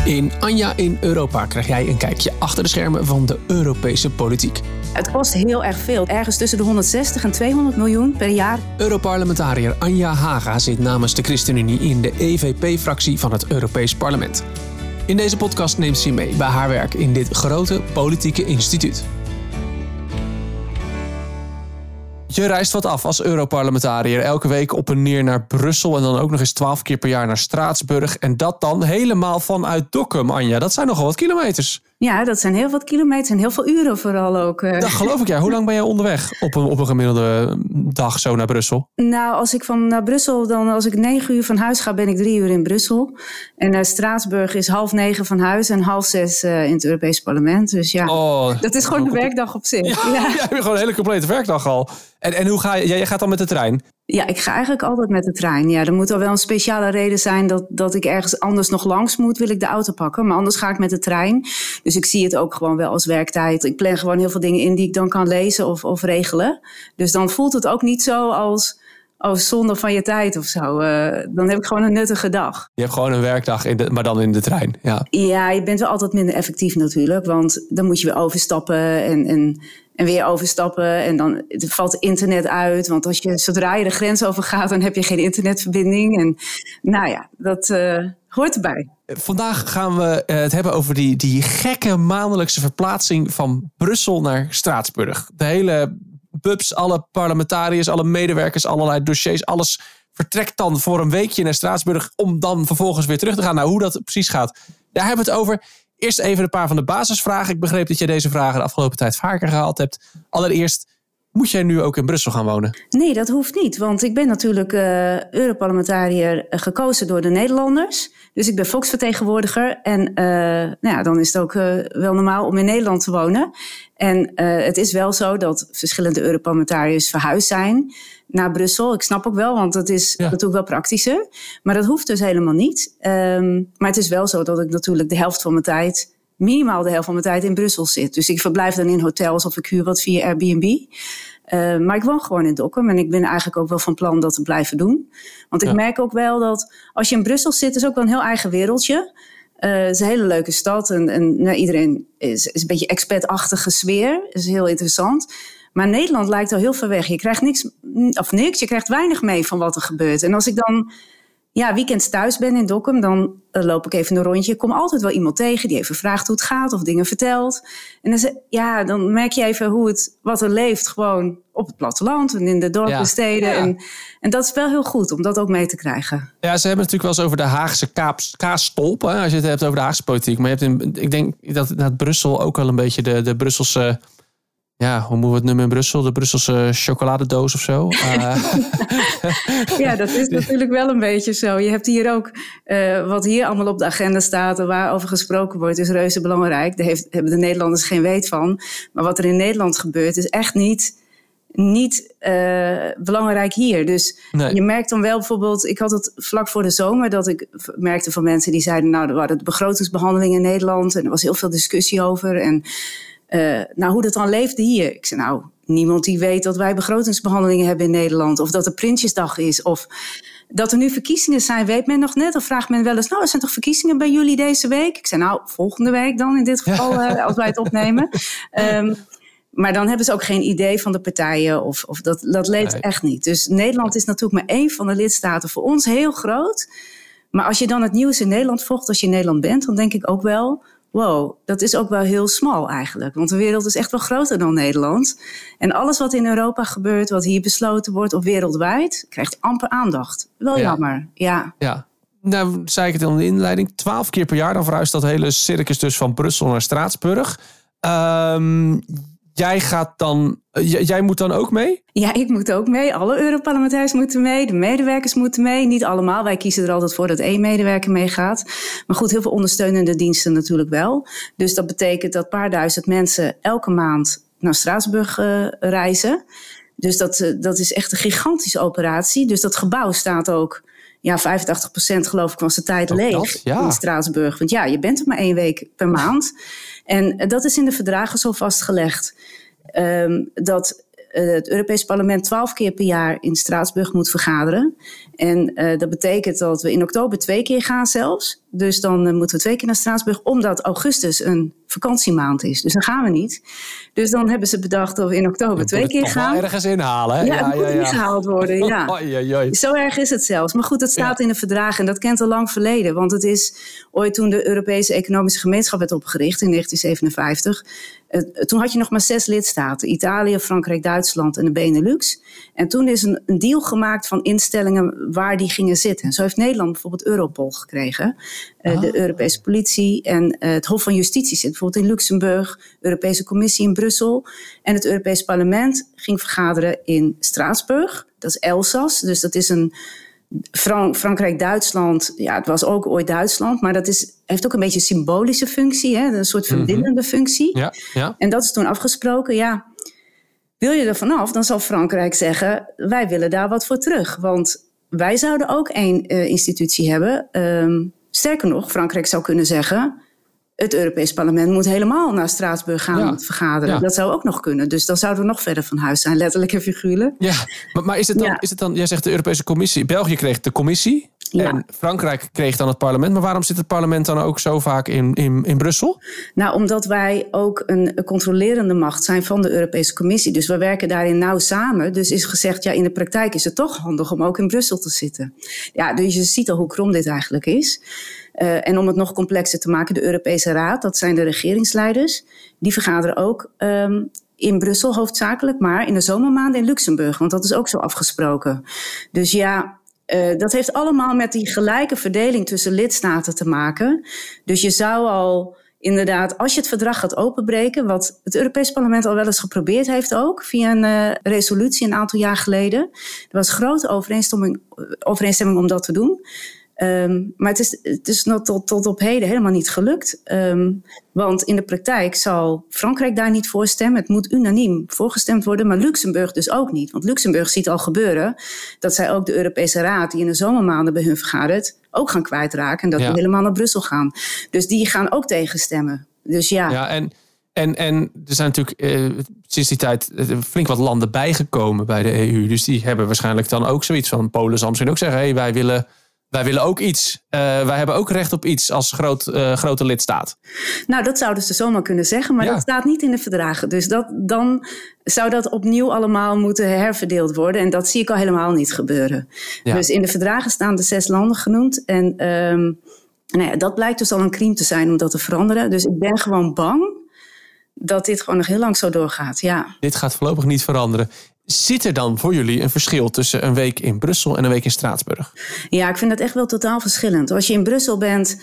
In Anja in Europa krijg jij een kijkje achter de schermen van de Europese politiek. Het kost heel erg veel. Ergens tussen de 160 en 200 miljoen per jaar. Europarlementariër Anja Haga zit namens de ChristenUnie in de EVP-fractie van het Europees Parlement. In deze podcast neemt ze je mee bij haar werk in dit grote politieke instituut. Je reist wat af als Europarlementariër. Elke week op en neer naar Brussel en dan ook nog eens 12 keer per jaar naar Straatsburg. En dat dan helemaal vanuit Dokkum, Anja. Dat zijn nogal wat kilometers. Ja, dat zijn heel wat kilometers en heel veel uren vooral ook. Dat geloof ik, ja. Hoe lang ben jij onderweg op een gemiddelde dag zo naar Brussel? Nou, als ik naar Brussel, als ik 9 uur van huis ga, ben ik 3 uur in Brussel. En naar Straatsburg is 8:30 van huis en 5:30 in het Europees Parlement. Dus ja, dat is gewoon een werkdag op zich. Ja, je hebt gewoon een hele complete werkdag al. En hoe ga je? Jij gaat dan met de trein? Ja, ik ga eigenlijk altijd met de trein. Ja, er moet al wel een speciale reden zijn dat ik ergens anders nog langs moet, wil ik de auto pakken. Maar anders ga ik met de trein. Dus ik zie het ook gewoon wel als werktijd. Ik plan gewoon heel veel dingen in die ik dan kan lezen of regelen. Dus dan voelt het ook niet zo als zonde van je tijd of zo. Dan heb ik gewoon een nuttige dag. Je hebt gewoon een werkdag, maar dan in de trein. Ja, je bent wel altijd minder effectief natuurlijk. Want dan moet je weer overstappen en weer overstappen. En dan valt internet uit. Want zodra je de grens overgaat, dan heb je geen internetverbinding. En nou ja, dat hoort erbij. Vandaag gaan we het hebben over die gekke maandelijkse verplaatsing van Brussel naar Straatsburg. De hele bubs, alle parlementariërs, alle medewerkers, allerlei dossiers, alles vertrekt dan voor een weekje naar Straatsburg om dan vervolgens weer terug te gaan. Nou, hoe dat precies gaat, daar hebben we het over. Eerst even een paar van de basisvragen. Ik begreep dat jij deze vragen de afgelopen tijd vaker gehaald hebt. Allereerst, moet jij nu ook in Brussel gaan wonen? Nee, dat hoeft niet. Want ik ben natuurlijk Europarlementariër gekozen door de Nederlanders. Dus ik ben volksvertegenwoordiger. En dan is het ook wel normaal om in Nederland te wonen. En het is wel zo dat verschillende Europarlementariërs verhuisd zijn naar Brussel. Ik snap ook wel, want dat is natuurlijk wel praktischer. Maar dat hoeft dus helemaal niet. Maar het is wel zo dat ik natuurlijk minimaal de helft van mijn tijd in Brussel zit. Dus ik verblijf dan in hotels of ik huur wat via Airbnb. Maar ik woon gewoon in Dokkum en ik ben eigenlijk ook wel van plan dat te blijven doen. Want ik merk ook wel dat als je in Brussel zit, is ook wel een heel eigen wereldje. Het is een hele leuke stad en iedereen is een beetje expat-achtige sfeer. Dat is heel interessant. Maar Nederland lijkt al heel ver weg. Je krijgt niks, je krijgt weinig mee van wat er gebeurt. En als ik dan weekends thuis ben in Dokkum, dan loop ik even een rondje. Ik kom altijd wel iemand tegen die even vraagt hoe het gaat of dingen vertelt. En dan merk je even wat er leeft gewoon op het platteland en in de dorpen en steden. Ja. En dat is wel heel goed om dat ook mee te krijgen. Ja, ze hebben het natuurlijk wel eens over de Haagse kaasstolp, hè, als je het hebt over de Haagse politiek. Maar ik denk dat Brussel ook wel een beetje de Brusselse... Ja, hoe moeten we het noemen in Brussel? De Brusselse chocoladedoos of zo? Ja, dat is natuurlijk wel een beetje zo. Je hebt hier ook, wat hier allemaal op de agenda staat en waarover gesproken wordt, is reuze belangrijk. Daar hebben de Nederlanders geen weet van. Maar wat er in Nederland gebeurt, is echt niet belangrijk hier. Dus Je merkt dan wel bijvoorbeeld... Ik had het vlak voor de zomer dat ik merkte van mensen die zeiden... er waren de begrotingsbehandelingen in Nederland en er was heel veel discussie over en... hoe dat dan leefde hier. Ik zei, niemand die weet dat wij begrotingsbehandelingen hebben in Nederland. Of dat er Prinsjesdag is. Of dat er nu verkiezingen zijn, weet men nog net. Of vraagt men wel eens, er zijn toch verkiezingen bij jullie deze week? Ik zei, volgende week dan in dit geval, als wij het opnemen. Maar dan hebben ze ook geen idee van de partijen. Of dat leeft echt niet. Dus Nederland is natuurlijk maar één van de lidstaten. Voor ons heel groot. Maar als je dan het nieuws in Nederland volgt, als je in Nederland bent, dan denk ik ook wel... Wow, dat is ook wel heel smal eigenlijk. Want de wereld is echt wel groter dan Nederland. En alles wat in Europa gebeurt, wat hier besloten wordt of wereldwijd, krijgt amper aandacht. Wel jammer, ja. Nou, zei ik het in de inleiding. 12 keer per jaar, dan verhuist dat hele circus dus van Brussel naar Straatsburg. Jij moet dan ook mee? Ja, ik moet ook mee. Alle Europarlementariërs moeten mee. De medewerkers moeten mee. Niet allemaal. Wij kiezen er altijd voor dat 1 medewerker meegaat. Maar goed, heel veel ondersteunende diensten natuurlijk wel. Dus dat betekent dat een paar duizend mensen elke maand naar Straatsburg reizen. Dus dat is echt een gigantische operatie. Dus dat gebouw staat ook 85% geloof ik van zijn tijd leeg in Straatsburg. Want je bent er maar 1 week per maand. En dat is in de verdragen zo vastgelegd. Dat het Europees Parlement 12 keer per jaar in Straatsburg moet vergaderen. En dat betekent dat we in oktober 2 keer gaan zelfs. Dus dan moeten we 2 keer naar Straatsburg, omdat augustus een vakantiemaand is. Dus dan gaan we niet. Dus dan hebben ze bedacht dat we in oktober 2 keer gaan. Wel ergens inhalen, hè? Ja, moet ingehaald worden, ja. Oei. Zo erg is het zelfs. Maar goed, dat staat in de verdragen en dat kent al lang verleden. Want het is ooit toen de Europese Economische Gemeenschap werd opgericht in 1957... toen had je nog maar 6 lidstaten. Italië, Frankrijk, Duitsland en de Benelux. En toen is een deal gemaakt van instellingen waar die gingen zitten. En zo heeft Nederland bijvoorbeeld Europol gekregen. De Europese politie en het Hof van Justitie zit bijvoorbeeld in Luxemburg. De Europese Commissie in Brussel. En het Europees Parlement ging vergaderen in Straatsburg. Dat is Elzas, dus dat is een... Frankrijk, Duitsland, ja, het was ook ooit Duitsland, maar dat heeft ook een beetje een symbolische functie, hè? Een soort verbindende functie. Ja. En dat is toen afgesproken, ja, wil je er vanaf, dan zal Frankrijk zeggen, wij willen daar wat voor terug. Want wij zouden ook 1 institutie hebben. Sterker nog, Frankrijk zou kunnen zeggen, het Europees Parlement moet helemaal naar Straatsburg gaan vergaderen. Ja. Dat zou ook nog kunnen. Dus dan zouden we nog verder van huis zijn, letterlijk en figuurlijk. Ja, maar is het dan, jij zegt de Europese Commissie, België kreeg de Commissie en Frankrijk kreeg dan het parlement. Maar waarom zit het parlement dan ook zo vaak in Brussel? Nou, omdat wij ook een controlerende macht zijn van de Europese Commissie. Dus we werken daarin nauw samen. Dus is gezegd, ja, in de praktijk is het toch handig om ook in Brussel te zitten. Ja, dus je ziet al hoe krom dit eigenlijk is. En om het nog complexer te maken, de Europese Raad, dat zijn de regeringsleiders, die vergaderen ook in Brussel hoofdzakelijk, maar in de zomermaanden in Luxemburg, want dat is ook zo afgesproken. Dus ja, dat heeft allemaal met die gelijke verdeling tussen lidstaten te maken. Dus je zou al inderdaad, als je het verdrag gaat openbreken, wat het Europees Parlement al wel eens geprobeerd heeft ook, via een resolutie een aantal jaar geleden. Er was grote overeenstemming om dat te doen. Maar het is nog tot op heden helemaal niet gelukt. Want in de praktijk zal Frankrijk daar niet voor stemmen. Het moet unaniem voorgestemd worden, maar Luxemburg dus ook niet. Want Luxemburg ziet al gebeuren dat zij ook de Europese Raad, die in de zomermaanden bij hun vergadert, ook gaan kwijtraken. En dat we helemaal naar Brussel gaan. Dus die gaan ook tegenstemmen. Dus ja. Ja, en er zijn natuurlijk sinds die tijd flink wat landen bijgekomen bij de EU. Dus die hebben waarschijnlijk dan ook zoiets van, Polen zal misschien ook zeggen, hey, wij willen ook iets. Wij hebben ook recht op iets als grote lidstaat. Nou, dat zouden ze zomaar kunnen zeggen, maar dat staat niet in de verdragen. Dus dan zou dat opnieuw allemaal moeten herverdeeld worden. En dat zie ik al helemaal niet gebeuren. Ja. Dus in de verdragen staan de 6 landen genoemd. En dat blijkt dus al een crime te zijn om dat te veranderen. Dus ik ben gewoon bang dat dit gewoon nog heel lang zo doorgaat. Ja. Dit gaat voorlopig niet veranderen. Zit er dan voor jullie een verschil tussen een week in Brussel en een week in Straatsburg? Ja, ik vind dat echt wel totaal verschillend. Als je in Brussel bent,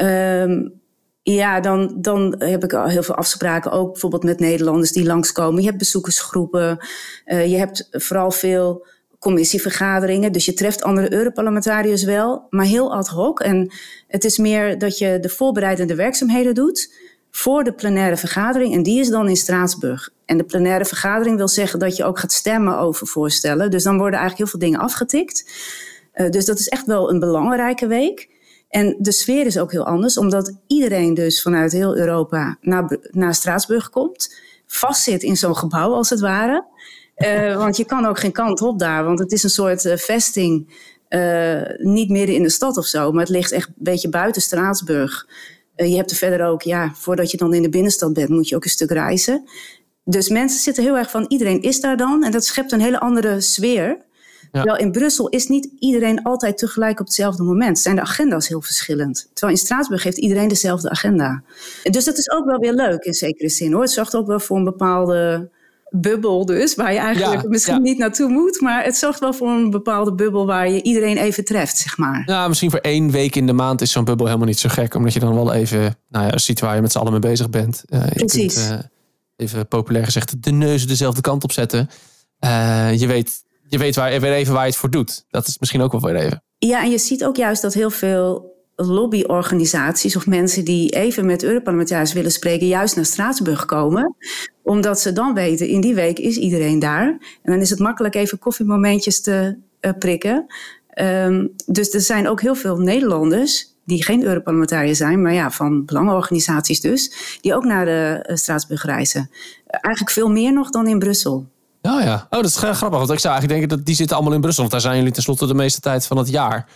dan heb ik al heel veel afspraken. Ook bijvoorbeeld met Nederlanders die langskomen. Je hebt bezoekersgroepen. Je hebt vooral veel commissievergaderingen. Dus je treft andere Europarlementariërs wel, maar heel ad hoc. En het is meer dat je de voorbereidende werkzaamheden doet voor de plenaire vergadering. En die is dan in Straatsburg. En de plenaire vergadering wil zeggen dat je ook gaat stemmen over voorstellen. Dus dan worden eigenlijk heel veel dingen afgetikt. Dus dat is echt wel een belangrijke week. En de sfeer is ook heel anders, omdat iedereen dus vanuit heel Europa naar Straatsburg komt. Vastzit in zo'n gebouw als het ware. Want je kan ook geen kant op daar, want het is een soort vesting. Niet midden in de stad of zo, maar het ligt echt een beetje buiten Straatsburg. Je hebt er verder ook, voordat je dan in de binnenstad bent, moet je ook een stuk reizen. Dus mensen zitten heel erg van, iedereen is daar dan. En dat schept een hele andere sfeer. Ja. Terwijl in Brussel is niet iedereen altijd tegelijk op hetzelfde moment. Zijn de agenda's heel verschillend. Terwijl in Straatsburg heeft iedereen dezelfde agenda. Dus dat is ook wel weer leuk in zekere zin, hoor. Het zorgt ook wel voor een bepaalde bubbel dus, waar je eigenlijk misschien niet naartoe moet. Maar het zorgt wel voor een bepaalde bubbel waar je iedereen even treft, zeg maar. Ja, misschien voor 1 week in de maand is zo'n bubbel helemaal niet zo gek. Omdat je dan wel even, ziet waar je met z'n allen mee bezig bent. Precies. Je kunt, even populair gezegd, de neus dezelfde kant op zetten. Je weet weer even waar je het voor doet. Dat is misschien ook wel weer even. Ja, en je ziet ook juist dat heel veel lobbyorganisaties of mensen die even met Europarlementariërs willen spreken, juist naar Straatsburg komen. Omdat ze dan weten, in die week is iedereen daar. En dan is het makkelijk even koffiemomentjes te prikken. Dus er zijn ook heel veel Nederlanders die geen Europarlementariër zijn, maar van belangenorganisaties dus, die ook naar Straatsburg reizen. Eigenlijk veel meer nog dan in Brussel. Oh ja, dat is grappig. Want ik zou eigenlijk denken dat die zitten allemaal in Brussel. Want daar zijn jullie tenslotte de meeste tijd van het jaar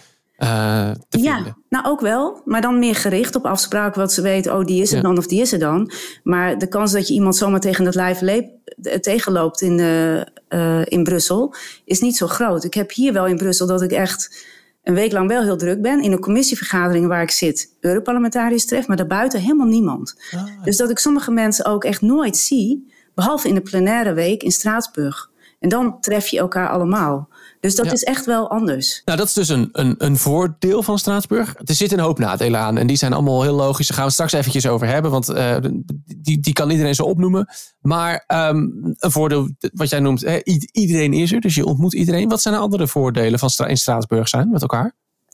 te vinden. Nou ook wel. Maar dan meer gericht op afspraken. Wat ze weten, die is er dan of die is er dan. Maar de kans dat je iemand zomaar tegen het lijf tegenloopt in Brussel is niet zo groot. Ik heb hier wel in Brussel dat ik echt een week lang wel heel druk ben. In een commissievergadering waar ik zit, Europarlementariërs tref. Maar daarbuiten helemaal niemand. Dus dat ik sommige mensen ook echt nooit zie. Behalve in de plenaire week in Straatsburg. En dan tref je elkaar allemaal. Dus dat is echt wel anders. Nou, dat is dus een voordeel van Straatsburg. Er zitten een hoop nadelen aan. En die zijn allemaal heel logisch. Daar gaan we straks eventjes over hebben. Want die kan iedereen zo opnoemen. Maar een voordeel, wat jij noemt, iedereen is er. Dus je ontmoet iedereen. Wat zijn de andere voordelen van in Straatsburg zijn met elkaar?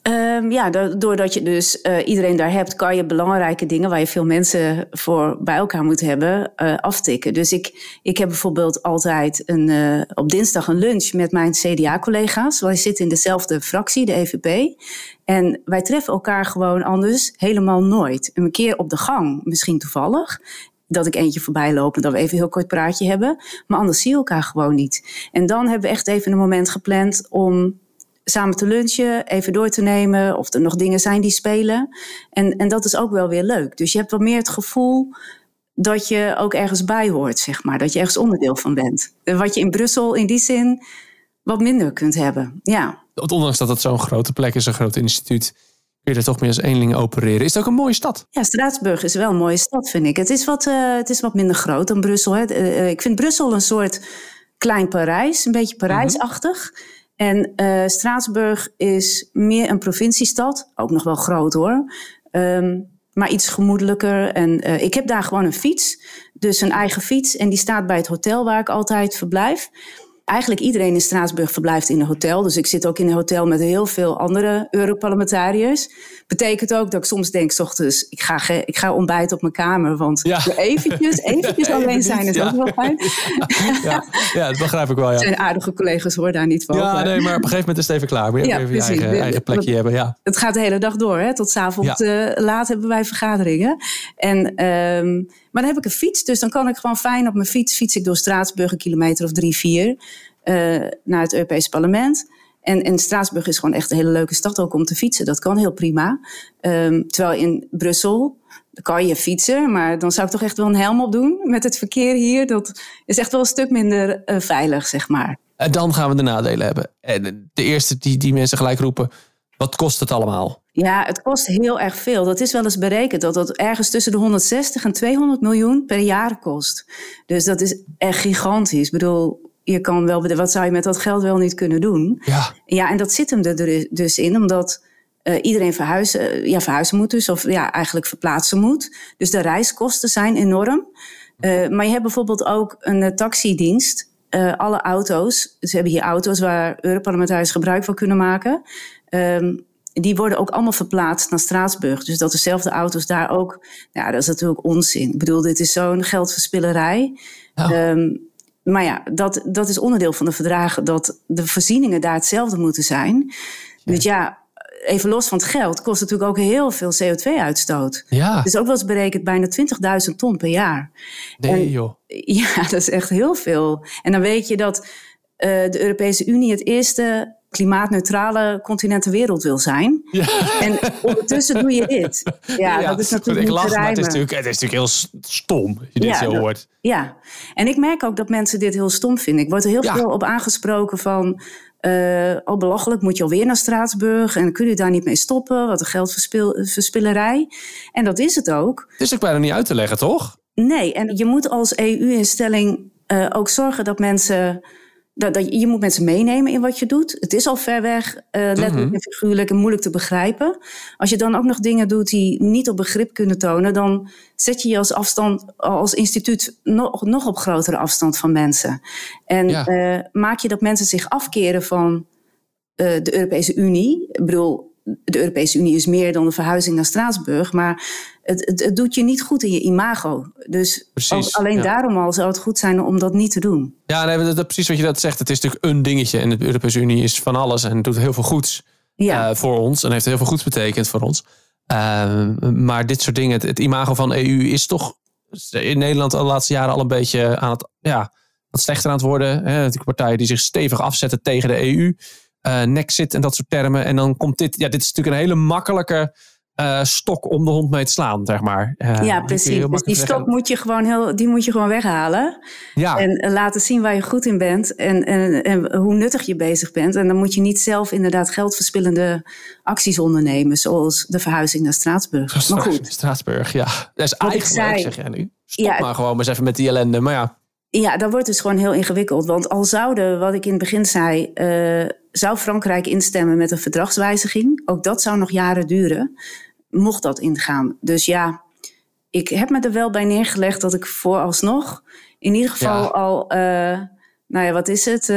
Doordat je dus iedereen daar hebt, kan je belangrijke dingen waar je veel mensen voor bij elkaar moet hebben, aftikken. Dus ik heb bijvoorbeeld altijd op dinsdag een lunch met mijn CDA-collega's. Wij zitten in dezelfde fractie, de EVP. En wij treffen elkaar gewoon anders helemaal nooit. Een keer op de gang, misschien toevallig. Dat ik eentje voorbij loop en dat we even een heel kort praatje hebben. Maar anders zie je elkaar gewoon niet. En dan hebben we echt even een moment gepland om samen te lunchen, even door te nemen of er nog dingen zijn die spelen. En dat is ook wel weer leuk. Dus je hebt wat meer het gevoel dat je ook ergens bij hoort, zeg maar. Dat je ergens onderdeel van bent. Wat je in Brussel in die zin wat minder kunt hebben. Ja. Ondanks dat het zo'n grote plek is, een groot instituut, kun je er toch meer als eenling opereren. Is het ook een mooie stad? Ja, Straatsburg is wel een mooie stad, vind ik. Het is wat minder groot dan Brussel. Hè. Ik vind Brussel een soort klein Parijs, een beetje Parijsachtig. En Straatsburg is meer een provinciestad. Ook nog wel groot hoor. Maar iets gemoedelijker. En ik heb daar gewoon een fiets. Dus een eigen fiets. En die staat bij het hotel waar ik altijd verblijf. Eigenlijk iedereen in Straatsburg verblijft in een hotel. Dus ik zit ook in een hotel met heel veel andere Europarlementariërs. Betekent ook dat ik soms denk, 's ochtends, ik ga ontbijten op mijn kamer. Want eventjes alleen zijn is ook wel fijn. Ja, dat begrijp ik wel. Ja. Zijn aardige collega's hoor daar niet van. Ja, nee, maar op een gegeven moment is het even klaar. Moet je even je eigen plekje hebben. Ja. Het gaat de hele dag door. Hè? Tot 's avonds laat hebben wij vergaderingen. Maar dan heb ik een fiets. Dus dan kan ik gewoon fijn op mijn fiets ik door Straatsburg 1 kilometer of 3, 4 naar het Europese parlement. En Straatsburg is gewoon echt een hele leuke stad ook om te fietsen. Dat kan heel prima. Terwijl in Brussel kan je fietsen, maar dan zou ik toch echt wel een helm op doen met het verkeer hier. Dat is echt wel een stuk minder veilig, zeg maar. En dan gaan we de nadelen hebben. En de eerste die mensen gelijk roepen, wat kost het allemaal? Ja, het kost heel erg veel. Dat is wel eens berekend dat ergens tussen de 160 en 200 miljoen per jaar kost. Dus dat is echt gigantisch. Ik bedoel, je kan wel, wat zou je met dat geld wel niet kunnen doen? Ja, en dat zit hem er dus in, omdat iedereen verhuizen moet dus, of eigenlijk verplaatsen moet. Dus de reiskosten zijn enorm. Maar je hebt bijvoorbeeld ook een taxidienst. Alle auto's, dus we hebben hier auto's waar Europarlementariërs gebruik van kunnen maken. Die worden ook allemaal verplaatst naar Straatsburg. Dus dat dezelfde auto's daar ook, dat is natuurlijk onzin. Ik bedoel, dit is zo'n geldverspillerij. Maar ja, dat is onderdeel van de verdragen, dat de voorzieningen daar hetzelfde moeten zijn. Dus even los van het geld, kost het natuurlijk ook heel veel CO2-uitstoot. Ja. Het is ook wel eens berekend bijna 20.000 ton per jaar. Nee, joh. Ja, dat is echt heel veel. En dan weet je dat de Europese Unie het eerste klimaatneutrale continent ter wereld wil zijn. Ja. En ondertussen doe je dit. Ja, dat is natuurlijk niet te rijmen. Maar het is natuurlijk heel stom als je dit zo hoort. Ja, en ik merk ook dat mensen dit heel stom vinden. Ik word er heel veel op aangesproken van, al belachelijk, moet je alweer naar Straatsburg en kun je daar niet mee stoppen? Wat een geldverspillerij. En dat is het ook. Het is ook bijna niet uit te leggen, toch? Nee, en je moet als EU-instelling ook zorgen dat mensen, je moet mensen meenemen in wat je doet. Het is al ver weg, letterlijk en figuurlijk en moeilijk te begrijpen. Als je dan ook nog dingen doet die niet op begrip kunnen tonen, dan zet je je als instituut nog op grotere afstand van mensen. En maak je dat mensen zich afkeren van de Europese Unie. Ik bedoel, de Europese Unie is meer dan de verhuizing naar Straatsburg, maar het doet je niet goed in je imago. Dus alleen daarom al zou het goed zijn om dat niet te doen. Ja, nee, dat precies wat je dat zegt. Het is natuurlijk een dingetje en de Europese Unie is van alles en doet heel veel goeds voor ons en heeft heel veel goeds betekend voor ons. Maar dit soort dingen, het imago van EU is toch in Nederland de laatste jaren al een beetje aan wat slechter aan het worden. Natuurlijk partijen die zich stevig afzetten tegen de EU. Nexit en dat soort termen. En dan komt dit. Ja, dit is natuurlijk een hele makkelijke stok om de hond mee te slaan, zeg maar. Ja, precies. Dus die stok moet je gewoon weghalen. Ja. En laten zien waar je goed in bent. En hoe nuttig je bezig bent. En dan moet je niet zelf inderdaad geldverspillende acties ondernemen. Zoals de verhuizing naar Straatsburg. Maar goed. Straatsburg, ja. Dat is eigenlijk, zeg jij nu. Stop maar gewoon eens even met die ellende. Maar ja. Ja, dat wordt dus gewoon heel ingewikkeld. Want al wat ik in het begin zei, zou Frankrijk instemmen met een verdragswijziging. Ook dat zou nog jaren duren, mocht dat ingaan. Dus ja, ik heb me er wel bij neergelegd dat ik vooralsnog in ieder geval al, wat is het?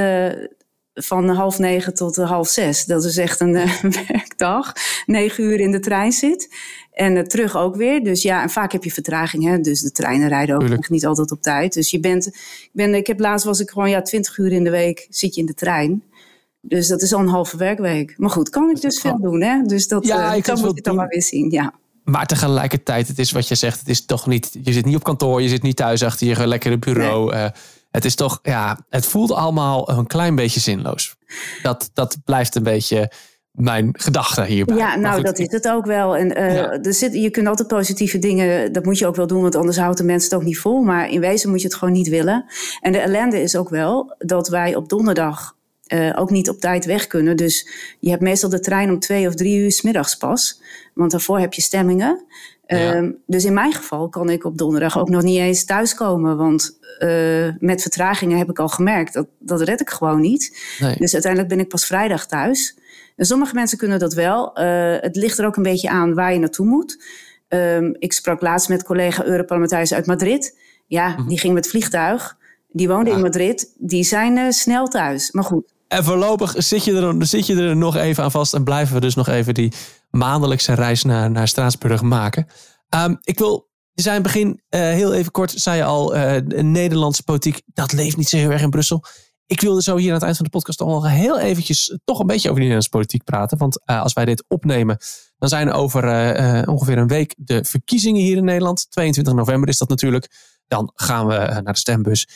Van 5:30 tot 5:30. Dat is echt een werkdag. 9 uur in de trein zit. En terug ook weer. Dus ja, en vaak heb je vertraging. Hè? Dus de treinen rijden ook niet altijd op tijd. Dus laatst was ik gewoon 20 uur in de week zit je in de trein. Dus dat is al een halve werkweek. Maar goed, kan ik dus veel doen. Hè? Dus dat moet je dan maar weer zien. Ja. Maar tegelijkertijd, het is wat je zegt. Het is toch niet, je zit niet op kantoor. Je zit niet thuis achter je lekkere bureau. Nee. Het is toch, het voelt allemaal een klein beetje zinloos. Dat blijft een beetje mijn gedachte hierbij. Ja, nou dat is het ook wel. En je kunt altijd positieve dingen, dat moet je ook wel doen, want anders houdt de mensen het ook niet vol. Maar in wezen moet je het gewoon niet willen. En de ellende is ook wel dat wij op donderdag ook niet op tijd weg kunnen. Dus je hebt meestal de trein om 2 of 3 uur 's middags pas. Want daarvoor heb je stemmingen. Dus in mijn geval kan ik op donderdag ook nog niet eens thuiskomen. Want met vertragingen heb ik al gemerkt, dat red ik gewoon niet. Nee. Dus uiteindelijk ben ik pas vrijdag thuis. En sommige mensen kunnen dat wel. Het ligt er ook een beetje aan waar je naartoe moet. Ik sprak laatst met collega-Europarlementariërs uit Madrid. Ja, die ging met vliegtuig. Die woonden in Madrid. Die zijn snel thuis. Maar goed. En voorlopig zit je er nog even aan vast. En blijven we dus nog even die maandelijkse reis naar Straatsburg maken. Je zei in het begin, heel even kort, zei je al, Nederlandse politiek, dat leeft niet zo heel erg in Brussel. Ik wilde zo hier aan het eind van de podcast al heel eventjes toch een beetje over die Nederlandse politiek praten. Want als wij dit opnemen, dan zijn er over ongeveer een week de verkiezingen hier in Nederland. 22 november is dat natuurlijk. Dan gaan we naar de stembus.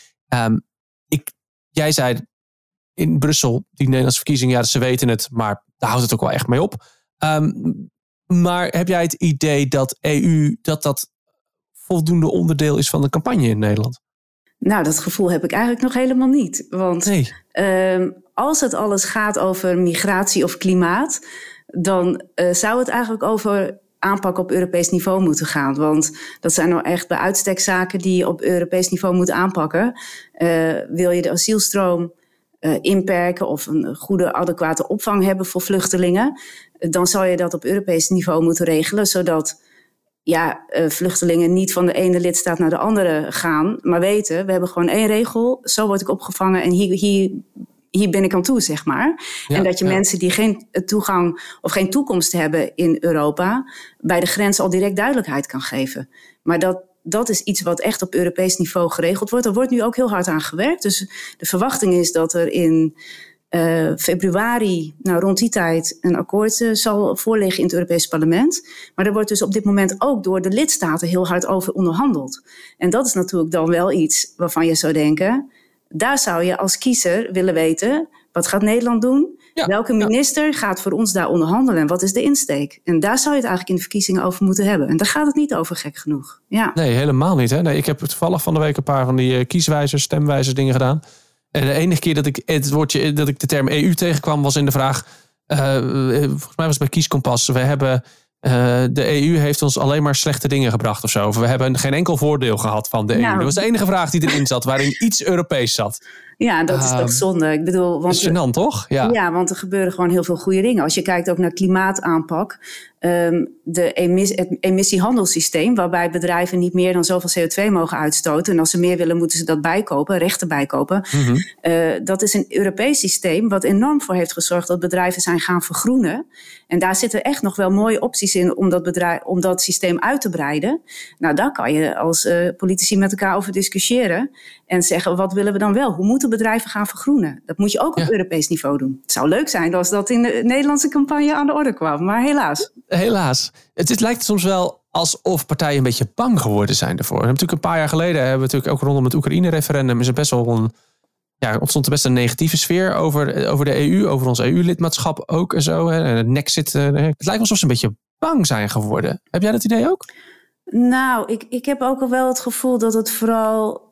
Jij zei in Brussel, die Nederlandse verkiezingen, ze weten het, maar daar houdt het ook wel echt mee op. Maar heb jij het idee dat EU, dat voldoende onderdeel is van de campagne in Nederland? Nou, dat gevoel heb ik eigenlijk nog helemaal niet. Want als het alles gaat over migratie of klimaat, dan zou het eigenlijk over aanpak op Europees niveau moeten gaan. Want dat zijn nou echt bij uitstek zaken die je op Europees niveau moet aanpakken. Wil je de asielstroom inperken of een goede, adequate opvang hebben voor vluchtelingen, dan zal je dat op Europees niveau moeten regelen, zodat vluchtelingen niet van de ene lidstaat naar de andere gaan, maar weten, we hebben gewoon 1 regel, zo word ik opgevangen en hier ben ik aan toe, zeg maar. Ja, en dat je mensen die geen toegang of geen toekomst hebben in Europa, bij de grens al direct duidelijkheid kan geven. Maar dat is iets wat echt op Europees niveau geregeld wordt. Er wordt nu ook heel hard aan gewerkt. Dus de verwachting is dat er in februari, rond die tijd, een akkoord zal voorliggen in het Europees Parlement. Maar er wordt dus op dit moment ook door de lidstaten heel hard over onderhandeld. En dat is natuurlijk dan wel iets waarvan je zou denken, daar zou je als kiezer willen weten, wat gaat Nederland doen? Ja, welke minister gaat voor ons daar onderhandelen? En wat is de insteek? En daar zou je het eigenlijk in de verkiezingen over moeten hebben. En daar gaat het niet over, gek genoeg. Ja. Nee, helemaal niet. Hè? Nee, ik heb toevallig van de week een paar van die kieswijzers, stemwijzers dingen gedaan. En de enige keer dat ik de term EU tegenkwam was in de vraag, volgens mij was het bij Kieskompas, de EU heeft ons alleen maar slechte dingen gebracht of zo. Of we hebben geen enkel voordeel gehad van de EU. Dat was de enige vraag die erin zat, waarin iets Europees zat. Ja, dat is toch zonde. Ik bedoel, dat is gênant, toch? Ja, want er gebeuren gewoon heel veel goede dingen. Als je kijkt ook naar klimaataanpak, het emissiehandelssysteem, waarbij bedrijven niet meer dan zoveel CO2 mogen uitstoten. En als ze meer willen, moeten ze dat bijkopen, rechten bijkopen. Mm-hmm. Dat is een Europees systeem wat enorm voor heeft gezorgd dat bedrijven zijn gaan vergroenen. En daar zitten echt nog wel mooie opties in om dat systeem uit te breiden. Nou, daar kan je als politici met elkaar over discussiëren en zeggen, wat willen we dan wel? Hoe moeten bedrijven gaan vergroenen? Dat moet je ook op Europees niveau doen. Het zou leuk zijn als dat in de Nederlandse campagne aan de orde kwam, maar helaas. Helaas. Het lijkt soms wel alsof partijen een beetje bang geworden zijn ervoor. We hebben natuurlijk een paar jaar geleden, ook rondom het Oekraïne-referendum, is er best wel ontstond er best een negatieve sfeer over de EU, over ons EU-lidmaatschap ook en zo. Het Nexit. Het lijkt me alsof ze een beetje bang zijn geworden. Heb jij dat idee ook? Nou, ik heb ook al wel het gevoel dat het vooral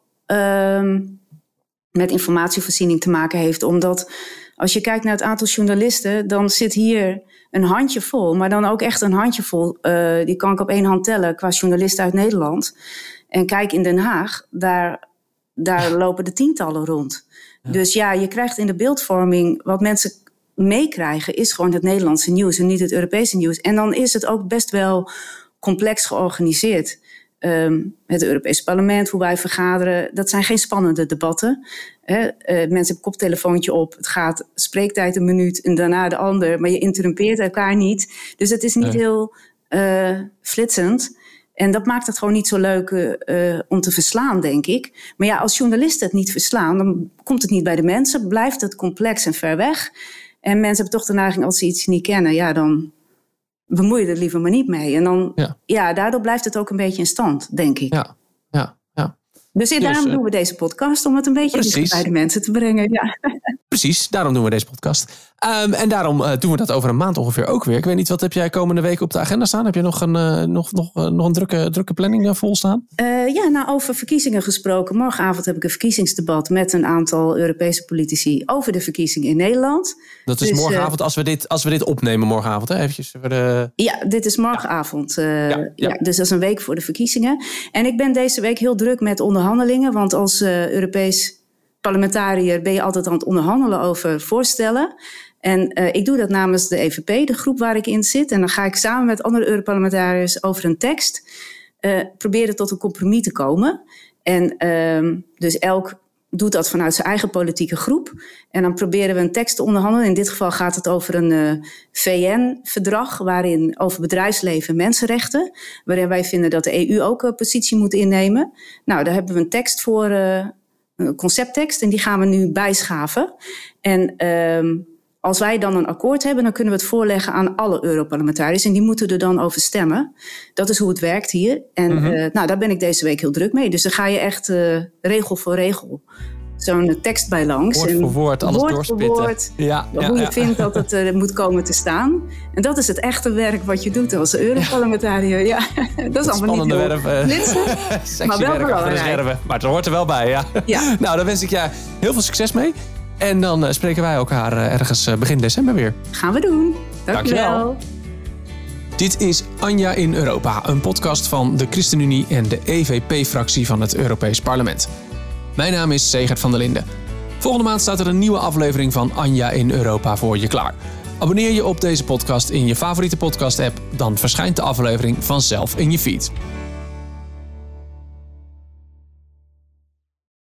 met informatievoorziening te maken heeft. Omdat als je kijkt naar het aantal journalisten, dan zit hier een handjevol, maar dan ook echt een handjevol. Die kan ik op 1 hand tellen qua journalisten uit Nederland. En kijk in Den Haag, daar lopen de tientallen rond. Ja. Dus je krijgt in de beeldvorming, wat mensen meekrijgen, is gewoon het Nederlandse nieuws en niet het Europese nieuws. En dan is het ook best wel complex georganiseerd. Het Europese parlement, hoe wij vergaderen, dat zijn geen spannende debatten. Mensen hebben een koptelefoontje op, het gaat spreektijd 1 minuut en daarna de ander, maar je interrumpeert elkaar niet. Dus het is niet heel flitsend. En dat maakt het gewoon niet zo leuk om te verslaan, denk ik. Maar als journalisten het niet verslaan, dan komt het niet bij de mensen, blijft het complex en ver weg. En mensen hebben toch de neiging, als ze iets niet kennen, dan bemoei je er liever maar niet mee. En dan, daardoor blijft het ook een beetje in stand, denk ik. Ja. Dus daarom doen we deze podcast, om het een beetje dichter bij de mensen te brengen. Ja. Precies, daarom doen we deze podcast. En daarom doen we dat over een maand ongeveer ook weer. Ik weet niet, wat heb jij komende week op de agenda staan? Heb je nog een drukke planning vol staan? Over verkiezingen gesproken. Morgenavond heb ik een verkiezingsdebat met een aantal Europese politici over de verkiezingen in Nederland. Dat is morgenavond, als we dit opnemen morgenavond, hè? Eventjes voor de... Ja, dit is morgenavond. Dus dat is een week voor de verkiezingen. En ik ben deze week heel druk met onderhandelingen, want als Europees parlementariër ben je altijd aan het onderhandelen over voorstellen. En ik doe dat namens de EVP, de groep waar ik in zit. En dan ga ik samen met andere Europarlementariërs over een tekst proberen tot een compromis te komen. En dus elk doet dat vanuit zijn eigen politieke groep. En dan proberen we een tekst te onderhandelen. In dit geval gaat het over een VN-verdrag waarin over bedrijfsleven en mensenrechten, waarin wij vinden dat de EU ook een positie moet innemen. Nou, daar hebben we een tekst voor, een concepttekst, en die gaan we nu bijschaven. En als wij dan een akkoord hebben, dan kunnen we het voorleggen aan alle Europarlementariërs. En die moeten er dan over stemmen. Dat is hoe het werkt hier. En daar ben ik deze week heel druk mee. Dus dan ga je echt regel voor regel zo'n tekst bij langs. Woord voor woord, alles doorspitten. Voor woord, hoe je vindt dat het moet komen te staan. En dat is het echte werk wat je doet als Europarlementariër. Ja, dat is allemaal niet heel flitsig, maar wel belangrijk. Maar het hoort er wel bij, ja. Nou, dan wens ik je heel veel succes mee. En dan spreken wij elkaar ergens begin december weer. Gaan we doen. Dankjewel. Dit is Anja in Europa, een podcast van de ChristenUnie en de EVP-fractie van het Europees Parlement. Mijn naam is Segert van der Linden. Volgende maand staat er een nieuwe aflevering van Anja in Europa voor je klaar. Abonneer je op deze podcast in je favoriete podcast-app, dan verschijnt de aflevering vanzelf in je feed.